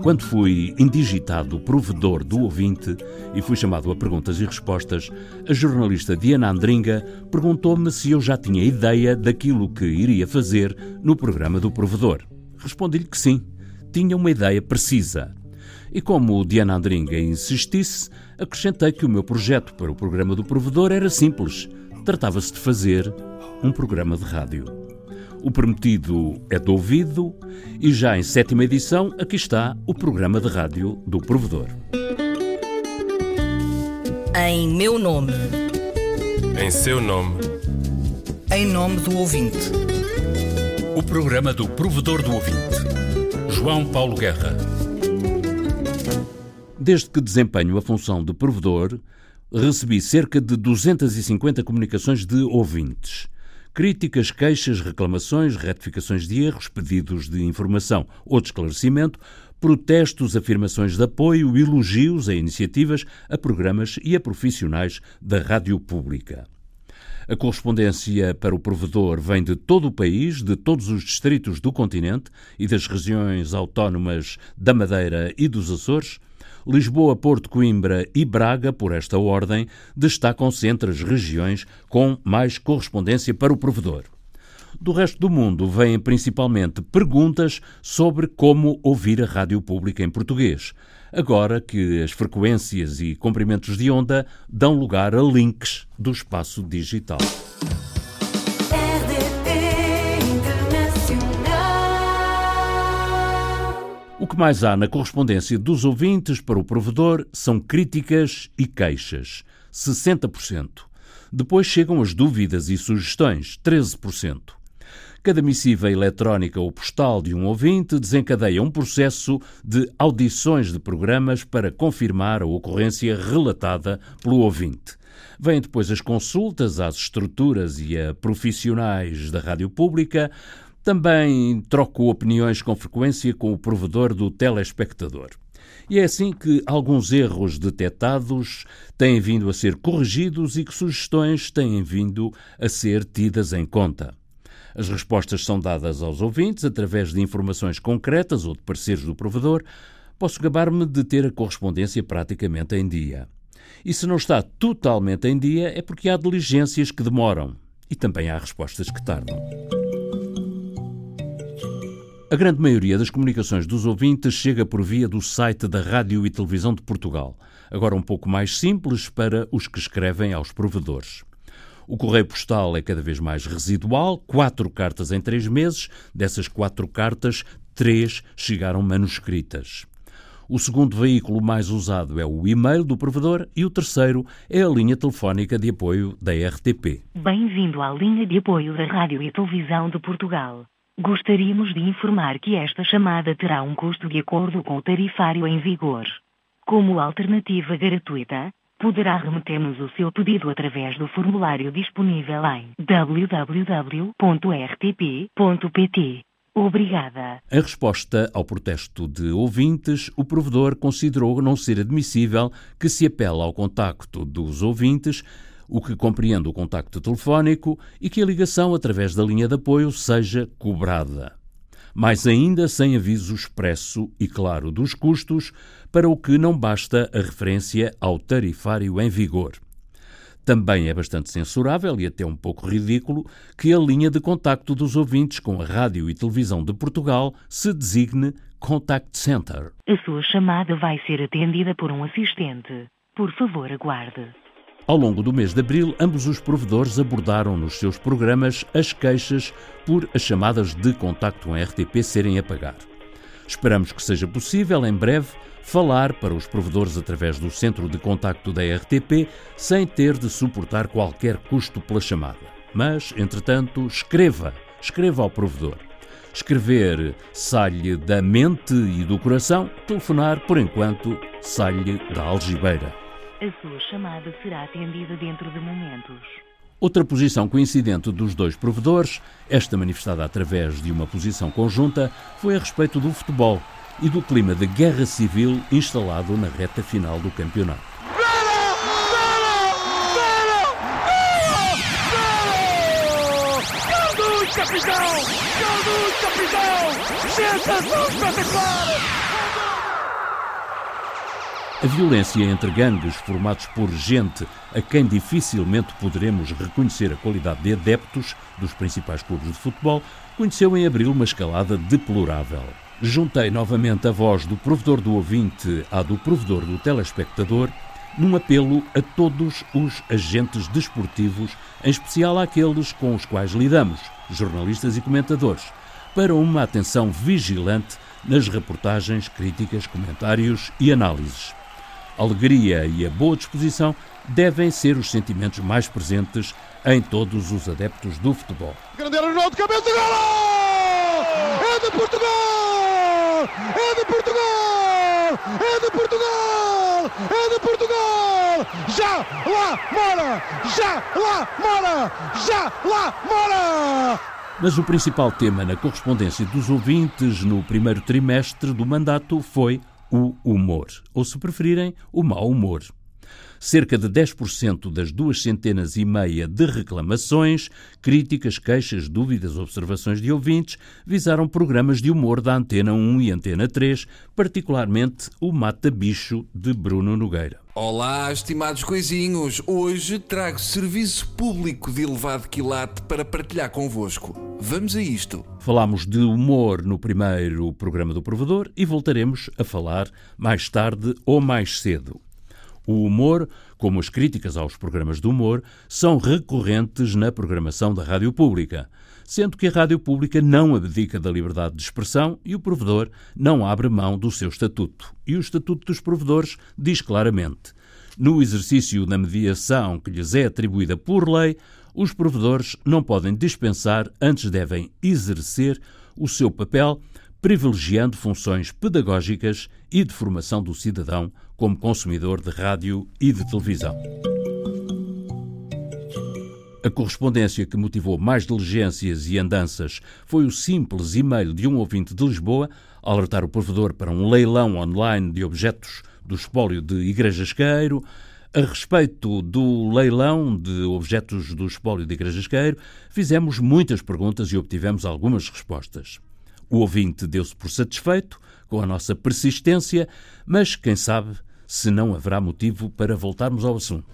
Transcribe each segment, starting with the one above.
Quando fui indigitado provedor do ouvinte e fui chamado a perguntas e respostas, a jornalista Diana Andringa perguntou-me se eu já tinha ideia daquilo que iria fazer no programa do provedor. Respondi-lhe que sim, tinha uma ideia precisa. E como Diana Andringa insistisse, acrescentei que o meu projeto para o programa do provedor era simples. Tratava-se de fazer um programa de rádio. O prometido é de ouvido e já em 7ª edição aqui está o programa de rádio do provedor. Em meu nome. Em seu nome. Em nome do ouvinte. O programa do provedor do ouvinte. João Paulo Guerra. Desde que desempenho a função de provedor, recebi cerca de 250 comunicações de ouvintes. Críticas, queixas, reclamações, retificações de erros, pedidos de informação ou de esclarecimento, protestos, afirmações de apoio, elogios a iniciativas, a programas e a profissionais da rádio pública. A correspondência para o provedor vem de todo o país, de todos os distritos do continente e das regiões autónomas da Madeira e dos Açores. Lisboa, Porto, Coimbra e Braga, por esta ordem, destacam-se entre as regiões com mais correspondência para o provedor. Do resto do mundo vêm principalmente perguntas sobre como ouvir a rádio pública em português, agora que as frequências e comprimentos de onda dão lugar a links do espaço digital. O que mais há na correspondência dos ouvintes para o provedor são críticas e queixas, 60%. Depois chegam as dúvidas e sugestões, 13%. Cada missiva eletrónica ou postal de um ouvinte desencadeia um processo de audições de programas para confirmar a ocorrência relatada pelo ouvinte. Vêm depois as consultas às estruturas e a profissionais da rádio pública. Também troco opiniões com frequência com o provedor do telespectador. E é assim que alguns erros detectados têm vindo a ser corrigidos e que sugestões têm vindo a ser tidas em conta. As respostas são dadas aos ouvintes através de informações concretas ou de pareceres do provedor. Posso gabar-me de ter a correspondência praticamente em dia. E se não está totalmente em dia é porque há diligências que demoram e também há respostas que tardam. A grande maioria das comunicações dos ouvintes chega por via do site da Rádio e Televisão de Portugal, agora um pouco mais simples para os que escrevem aos provedores. O correio postal é cada vez mais residual, 4 cartas em 3 meses, dessas 4 cartas, 3 chegaram manuscritas. O segundo veículo mais usado é o e-mail do provedor e o terceiro é a linha telefónica de apoio da RTP. Bem-vindo à linha de apoio da Rádio e Televisão de Portugal. Gostaríamos de informar que esta chamada terá um custo de acordo com o tarifário em vigor. Como alternativa gratuita, poderá remeter-nos o seu pedido através do formulário disponível em www.rtp.pt. Obrigada. Em resposta ao protesto de ouvintes, o provedor considerou não ser admissível que se apele ao contacto dos ouvintes, o que compreende o contacto telefónico, e que a ligação através da linha de apoio seja cobrada. Mais ainda sem aviso expresso e claro dos custos, para o que não basta a referência ao tarifário em vigor. Também é bastante censurável e até um pouco ridículo que a linha de contacto dos ouvintes com a Rádio e Televisão de Portugal se designe Contact Center. A sua chamada vai ser atendida por um assistente. Por favor, aguarde. Ao longo do mês de abril, ambos os provedores abordaram nos seus programas as queixas por as chamadas de contacto em RTP serem a pagar. Esperamos que seja possível, em breve, falar para os provedores através do centro de contacto da RTP sem ter de suportar qualquer custo pela chamada. Mas, entretanto, escreva ao provedor. Escrever sai-lhe da mente e do coração, telefonar, por enquanto, sai-lhe da algibeira. A sua chamada será atendida dentro de momentos. Outra posição coincidente dos dois provedores, esta manifestada através de uma posição conjunta, foi a respeito do futebol e do clima de guerra civil instalado na reta final do campeonato. Capitão! Sensação espetacular! A violência entre gangues formados por gente a quem dificilmente poderemos reconhecer a qualidade de adeptos dos principais clubes de futebol conheceu em abril uma escalada deplorável. Juntei novamente a voz do provedor do ouvinte à do provedor do telespectador num apelo a todos os agentes desportivos, em especial àqueles com os quais lidamos, jornalistas e comentadores, para uma atenção vigilante nas reportagens, críticas, comentários e análises. A alegria e a boa disposição devem ser os sentimentos mais presentes em todos os adeptos do futebol. Grandeiro Ronaldo, cabeça, gol! É de Portugal! É de Portugal! É de Portugal! É de Portugal! Já lá mora! Já lá mora! Já lá mora! Mas o principal tema na correspondência dos ouvintes no primeiro trimestre do mandato foi o humor, ou se preferirem, o mau humor. Cerca de 10% das 250 de reclamações, críticas, queixas, dúvidas, observações de ouvintes visaram programas de humor da Antena 1 e Antena 3, particularmente o Mata-Bicho de Bruno Nogueira. Olá, estimados coisinhos! Hoje trago serviço público de elevado quilate para partilhar convosco. Vamos a isto. Falámos de humor no primeiro programa do Provedor e voltaremos a falar mais tarde ou mais cedo. O humor, como as críticas aos programas de humor, são recorrentes na programação da Rádio Pública, sendo que a Rádio Pública não abdica da liberdade de expressão e o provedor não abre mão do seu estatuto. E o Estatuto dos Provedores diz claramente: no exercício da mediação que lhes é atribuída por lei, os provedores não podem dispensar, antes devem exercer o seu papel, privilegiando funções pedagógicas e de formação do cidadão como consumidor de rádio e de televisão. A correspondência que motivou mais diligências e andanças foi o simples e-mail de um ouvinte de Lisboa a alertar o provedor para um leilão online de objetos do espólio de Igrejasqueiro. A respeito do leilão de objetos do espólio de Igrejasqueiro, fizemos muitas perguntas e obtivemos algumas respostas. O ouvinte deu-se por satisfeito com a nossa persistência, mas quem sabe se não haverá motivo para voltarmos ao assunto.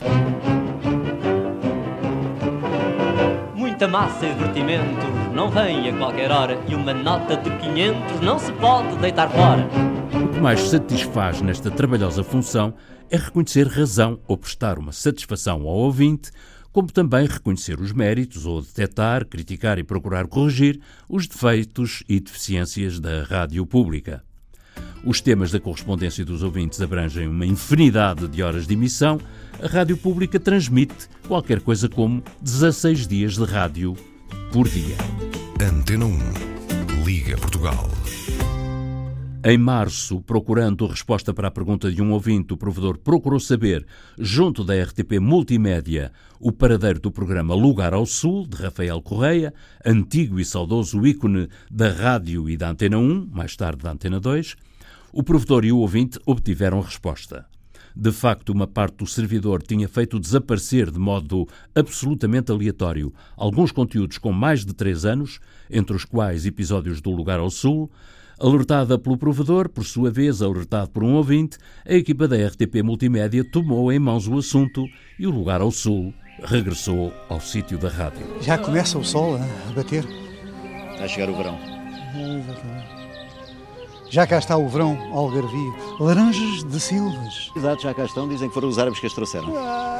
Muita massa e divertimento não vem a qualquer hora e uma nota de 500 não se pode deitar fora. O que mais satisfaz nesta trabalhosa função é reconhecer razão ou prestar uma satisfação ao ouvinte, como também reconhecer os méritos ou detectar, criticar e procurar corrigir os defeitos e deficiências da Rádio Pública. Os temas da correspondência dos ouvintes abrangem uma infinidade de horas de emissão. A Rádio Pública transmite qualquer coisa como 16 dias de rádio por dia. Antena 1. Liga Portugal. Em março, procurando resposta para a pergunta de um ouvinte, o provedor procurou saber, junto da RTP Multimédia, o paradeiro do programa Lugar ao Sul, de Rafael Correia, antigo e saudoso ícone da rádio e da Antena 1, mais tarde da Antena 2. O provedor e o ouvinte obtiveram resposta. De facto, uma parte do servidor tinha feito desaparecer de modo absolutamente aleatório alguns conteúdos com mais de 3 anos, entre os quais episódios do Lugar ao Sul. Alertada pelo provedor, por sua vez alertado por um ouvinte, a equipa da RTP Multimédia tomou em mãos o assunto e o Lugar ao Sul regressou ao sítio da rádio. Já começa o sol a bater. Está a chegar o verão. Exatamente. Já cá está o verão algarvio. Laranjas de Silvas. Exato, já cá estão. Dizem que foram os árabes que as trouxeram.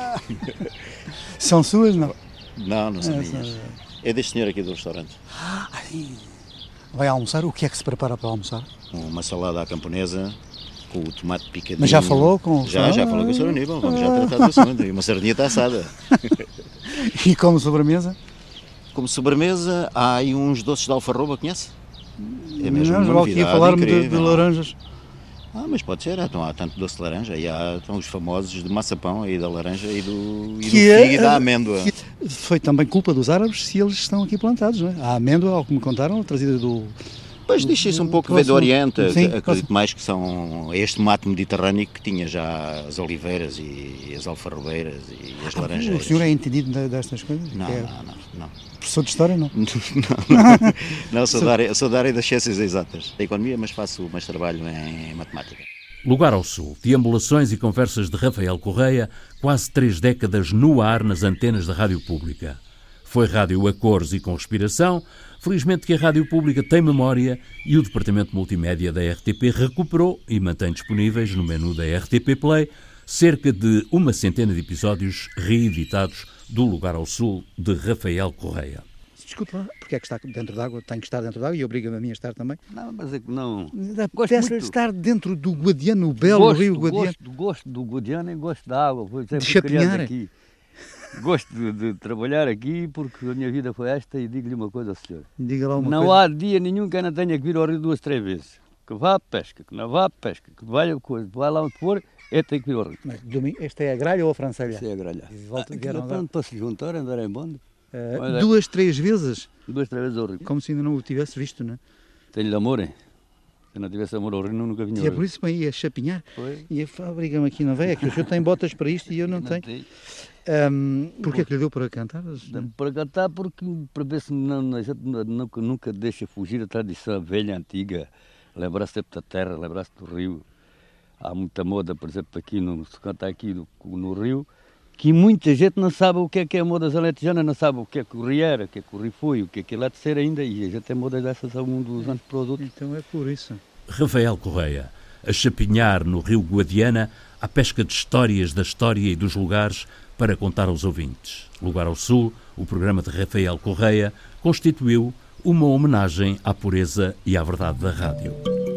São suas, não? Não são minhas. É deste senhor aqui do restaurante. Vai almoçar? O que é que se prepara para almoçar? Uma salada à camponesa, com o tomate picadinho. Mas já falou com o Já falou com o Sr. Aníbal. Vamos já tratar do assunto. E uma sardinha está assada. E como sobremesa? Como sobremesa, há aí uns doces de alfarroba, conhece? É mesmo não, uma logo aqui a falar-me de laranjas. Mas pode ser, então há tanto doce de laranja, e há os famosos de maçapão aí da laranja e do figo e da amêndoa. Foi também culpa dos árabes se eles estão aqui plantados, não é? A amêndoa, ao que me contaram, trazida do... Pois diz-se um pouco veio do Oriente, sim, acredito mais que são este mato mediterrâneo que tinha já as oliveiras e as alfarrobeiras e as laranjeiras. O senhor é entendido destas coisas? Não. Professor de História, não? Não, sou da área das ciências exatas, da economia, mas faço mais trabalho em matemática. Lugar ao Sul, deambulações e conversas de Rafael Correia, quase 3 décadas no ar nas antenas da Rádio Pública. Foi rádio a cores e com respiração. Felizmente que a Rádio Pública tem memória e o Departamento Multimédia da RTP recuperou e mantém disponíveis no menu da RTP Play cerca de 100 de episódios reeditados do Lugar ao Sul de Rafael Correia. Desculpe lá, porque é que está dentro d'água? Tem que estar dentro d'água e obriga-me a mim a estar também? Não, mas é que não... Apetece estar dentro do Guadiano, o belo rio Guadiano. Gosto do Guadiano e gosto da água. De chapinhar? Aqui. Gosto de trabalhar aqui porque a minha vida foi esta e digo-lhe uma coisa ao senhor. Diga lá uma não coisa. Há dia nenhum que eu não tenha que vir ao rio 2, 3 vezes. Que vá à pesca, que não vá à pesca, que vai lá onde for, eu tenho que vir ao rio. Mas, esta é a gralha ou a francelha? Esta é a gralha. Vieram para se juntar, andar em bonde. 2, 3 vezes? 2, 3 vezes ao rio. Como se ainda não o tivesse visto, não é? Tenho-lhe amor, hein? Se não tivesse amor ao rio, nunca vinha ao rio. E é por isso que me ia chapinhar. Foi. E obriga-me aqui, não veio? É que o senhor tem botas para isto e eu não tenho. Porquê que lhe deu para cantar? Para cantar porque, para ver se nunca deixa fugir a tradição velha, antiga. Lembrar-se sempre da terra, lembrar-se do rio. Há muita moda, por exemplo, aqui se canta aqui no rio, que muita gente não sabe o que é a moda alentejanas, não sabe o que é que o rio era, o que é que o rio foi, o que é lá de ser ainda, e a gente tem modas dessas há um dos anos para os outros. Então é por isso. Rafael Correia, a chapinhar no rio Guadiana, à pesca de histórias da história e dos lugares para contar aos ouvintes. Lugar ao Sul, o programa de Rafael Correia, constituiu uma homenagem à pureza e à verdade da rádio.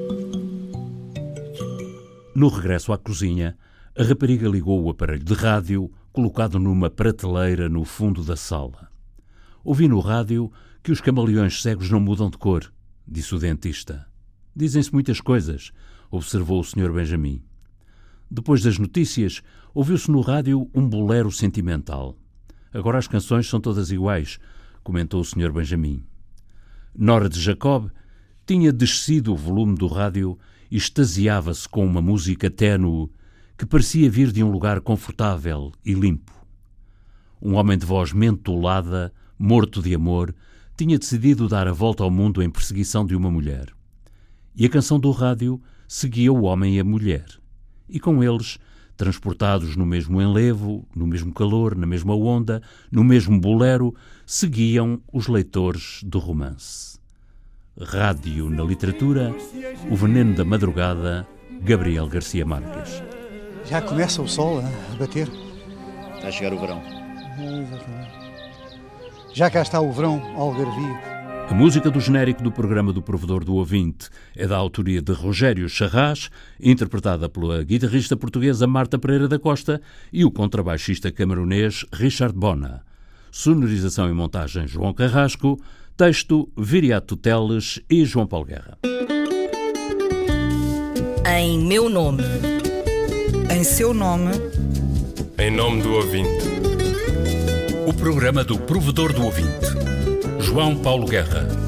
No regresso à cozinha, a rapariga ligou o aparelho de rádio colocado numa prateleira no fundo da sala. Ouvi no rádio que os camaleões cegos não mudam de cor, disse o dentista. Dizem-se muitas coisas, observou o Sr. Benjamin. Depois das notícias, ouviu-se no rádio um bolero sentimental. Agora as canções são todas iguais, comentou o Sr. Benjamin. Nora de Jacob tinha descido o volume do rádio e extasiava-se com uma música ténue que parecia vir de um lugar confortável e limpo. Um homem de voz mentolada, morto de amor, tinha decidido dar a volta ao mundo em perseguição de uma mulher. E a canção do rádio seguia o homem e a mulher. E com eles, transportados no mesmo enlevo, no mesmo calor, na mesma onda, no mesmo bolero, seguiam os leitores do romance. Rádio na literatura, o veneno da madrugada, Gabriel Garcia Marques. Já começa o sol a bater. Está a chegar o verão. Exatamente. Já cá está o verão algarvio. A música do genérico do programa do Provedor do Ouvinte é da autoria de Rogério Charras, interpretada pela guitarrista portuguesa Marta Pereira da Costa e o contrabaixista camerunês Richard Bona. Sonorização e montagem João Carrasco, texto Viriato Teles e João Paulo Guerra. Em meu nome. Em seu nome. Em nome do ouvinte. O programa do Provedor do Ouvinte. João Paulo Guerra.